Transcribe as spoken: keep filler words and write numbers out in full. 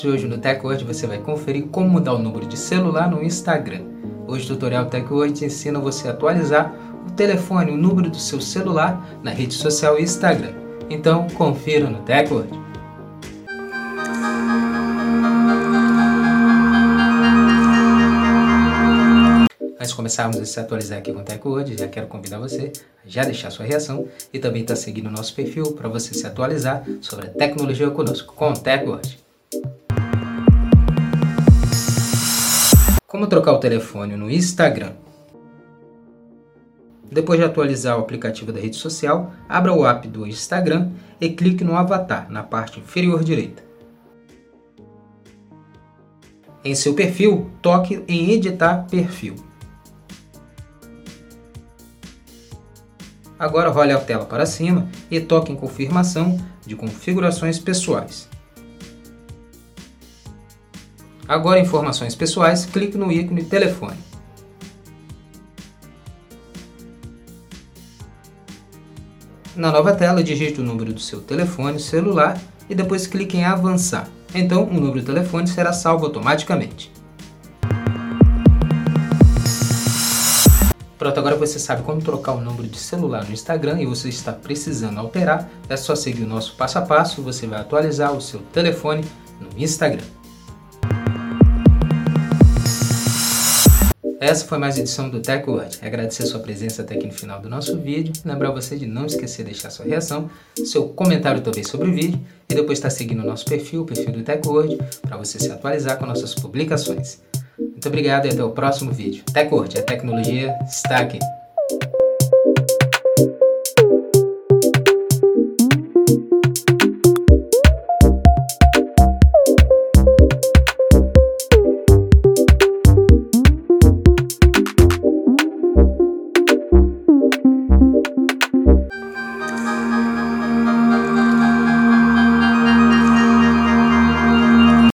Hoje no TechWord você vai conferir como mudar o número de celular no Instagram. Hoje o tutorial TechWord ensina você a atualizar o telefone, o número do seu celular na rede social Instagram. Então confira no TechWord. Antes de começarmos a se atualizar aqui com o TechWord, já quero convidar você a já deixar sua reação e também estar seguindo o nosso perfil para você se atualizar sobre a tecnologia conosco com o TechWord. Como trocar o telefone no Instagram? Depois de atualizar o aplicativo da rede social, abra o app do Instagram e clique no avatar na parte inferior direita. Em seu perfil, toque em editar perfil. Agora role a tela para cima e toque em confirmação de configurações pessoais. Agora em informações pessoais, clique no ícone telefone. Na nova tela, digite o número do seu telefone celular e depois clique em avançar. Então, o número do telefone será salvo automaticamente. Pronto, agora você sabe como trocar o número de celular no Instagram e você está precisando alterar, é só seguir o nosso passo a passo, você vai atualizar o seu telefone no Instagram. Essa foi mais uma edição do TechWord. Agradecer a sua presença até aqui no final do nosso vídeo. Lembrar você de não esquecer de deixar sua reação, seu comentário também sobre o vídeo e depois estar seguindo o nosso perfil, o perfil do TechWord, para você se atualizar com nossas publicações. Muito obrigado e até o próximo vídeo. TechWord, a tecnologia está aqui.